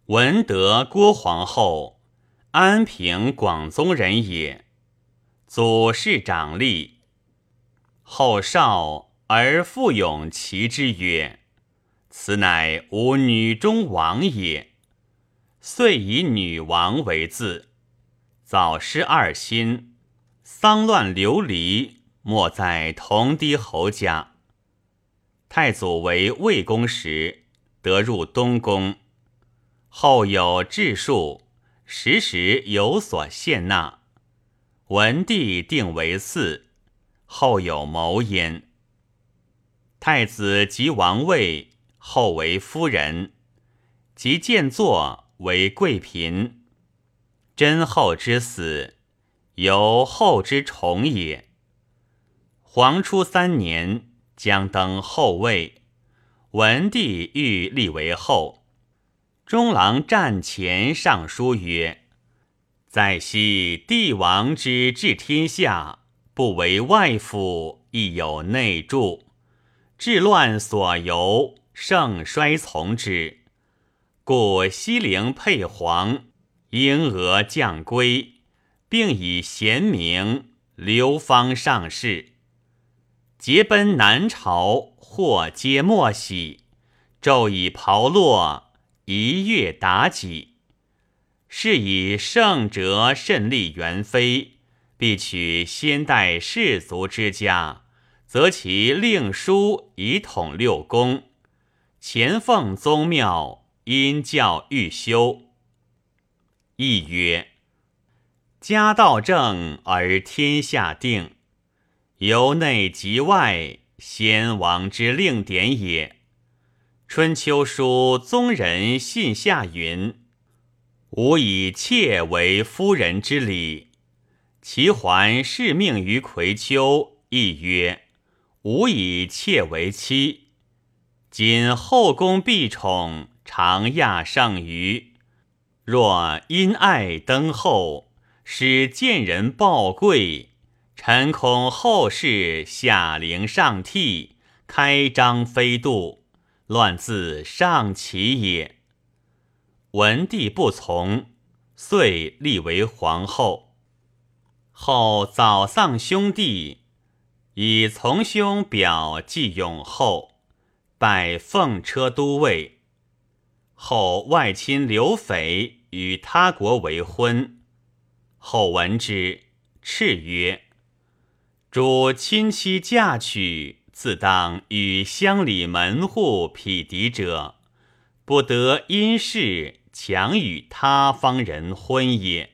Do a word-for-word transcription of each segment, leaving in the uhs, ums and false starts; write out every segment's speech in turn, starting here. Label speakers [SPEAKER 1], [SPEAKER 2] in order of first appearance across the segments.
[SPEAKER 1] 文德郭皇后，安平广宗人也。祖是长吏。后少而父勇其之曰：此乃吾女中王也。遂以女王为字。早失二心，丧乱流离，没在同堤侯家。太祖为魏公时，得入东宫。后有治术，时时有所献纳。文帝定为嗣，后有谋焉。太子即王位，后为夫人，即建作为贵嫔。真后之死，由后之宠也。皇初三年，将登后位，文帝欲立为后。中郎战前上书曰：在昔帝王之治天下，不为外辅，亦有内助。治乱所由，盛衰从之。故西陵配皇，英娥降归，并以贤明，流芳上世。结奔南朝，或皆莫喜，昼以炮落，一月妲己。是以圣哲甚立元妃，必取先代士族之家，则其令书以统六宫，前奉宗庙，因教欲修。亦曰：家道正而天下定，由内及外，先王之令典也。春秋书宗人信下云：吾以妾为夫人之礼。其还是命于葵丘，亦曰：吾以妾为妻。今后宫必宠，常亚胜于。若因爱登后，使贱人暴贵，臣恐后世下凌上替，开张飞度，乱自上起也。文帝不从，遂立为皇后。后早丧兄弟，以从兄表继永后，拜奉车都尉。后外亲刘斐与他国为婚。后闻之，敕曰：主亲戚嫁娶，自当与乡里门户匹敌者，不得因事强与他方人婚也。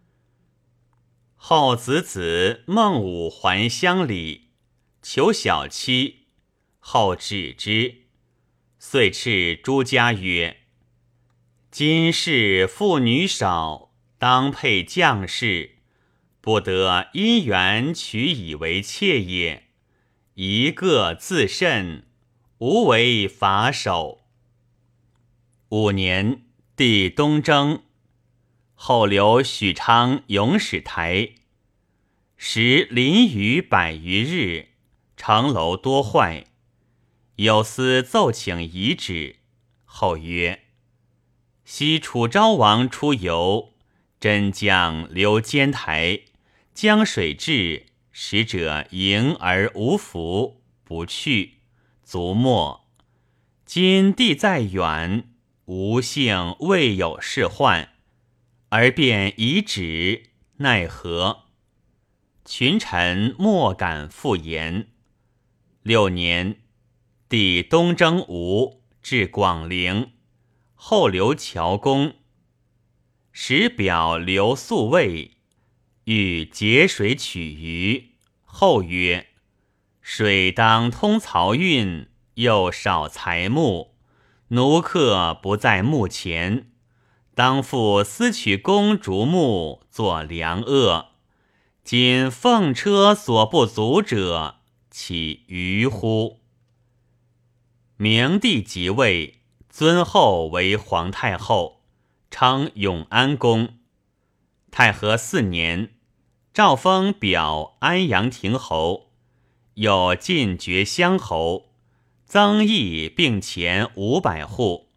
[SPEAKER 1] 后子子孟武还乡里，求小妻，后止之。遂敕诸家曰：今世妇女少，当配将士，不得因缘取以为妾也。一个自慎，无为法守。五年，帝东征，后留许昌永始台。时淋雨百余日，城楼多坏。有司奏请遗旨。后曰：昔楚昭王出游，真将留监台，江水至，使者迎而无服，不去，卒没。今帝在远，吾幸未有事患，而便遗旨，奈何？群臣莫敢复言。六年，帝东征吴，至广陵，后留乔公。时表留宿卫，欲节水取鱼。后曰：水当通漕运，又少财木，奴客不在目前，当复私取公竹木，作良恶。今奉车所不足者，岂愚乎？明帝即位，尊后为皇太后，称永安公。太和四年，诏封表安阳亭侯，有晋爵乡侯，增邑并前五百户，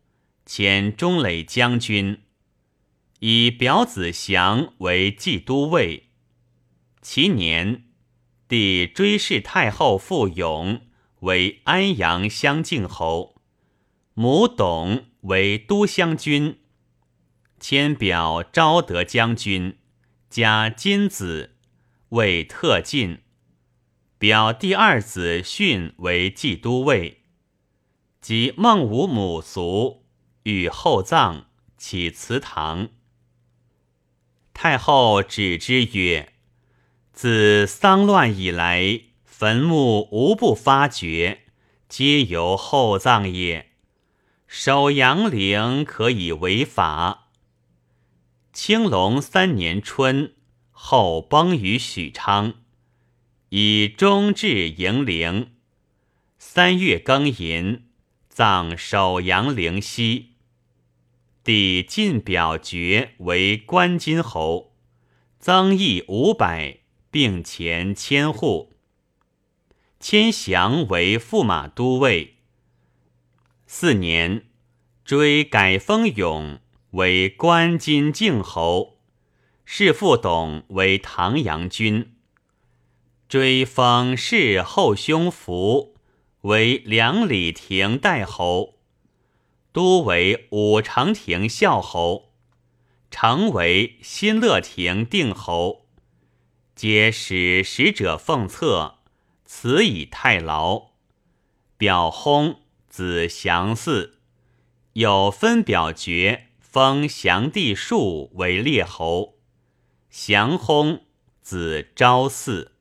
[SPEAKER 1] 迁中垒将军，以表子祥为冀都尉。其年，帝追谥太后傅永为安阳襄靖侯，母董为都乡君，迁表昭德将军，加金子，为特进。表第二子训为冀都尉。及孟武母卒，与厚葬，起祠堂。太后止之曰：自丧乱以来，坟墓无不发掘，皆由厚葬也。守阳陵可以为法。青龙三年春，后崩于许昌，以终至迎陵。三月庚寅，葬首阳陵西。帝进表爵为关津侯，增邑五百，并钱千户。迁降为驸马都尉。四年，追改封永为关津靖侯，世父董为唐阳君。追封世后兄福为梁里亭代侯，都为武成亭孝侯，成为新乐亭定侯，皆使使者奉册，辞以太牢。表薨，子祥嗣，有分表爵，封祥帝庶为列侯。祥薨，子昭嗣。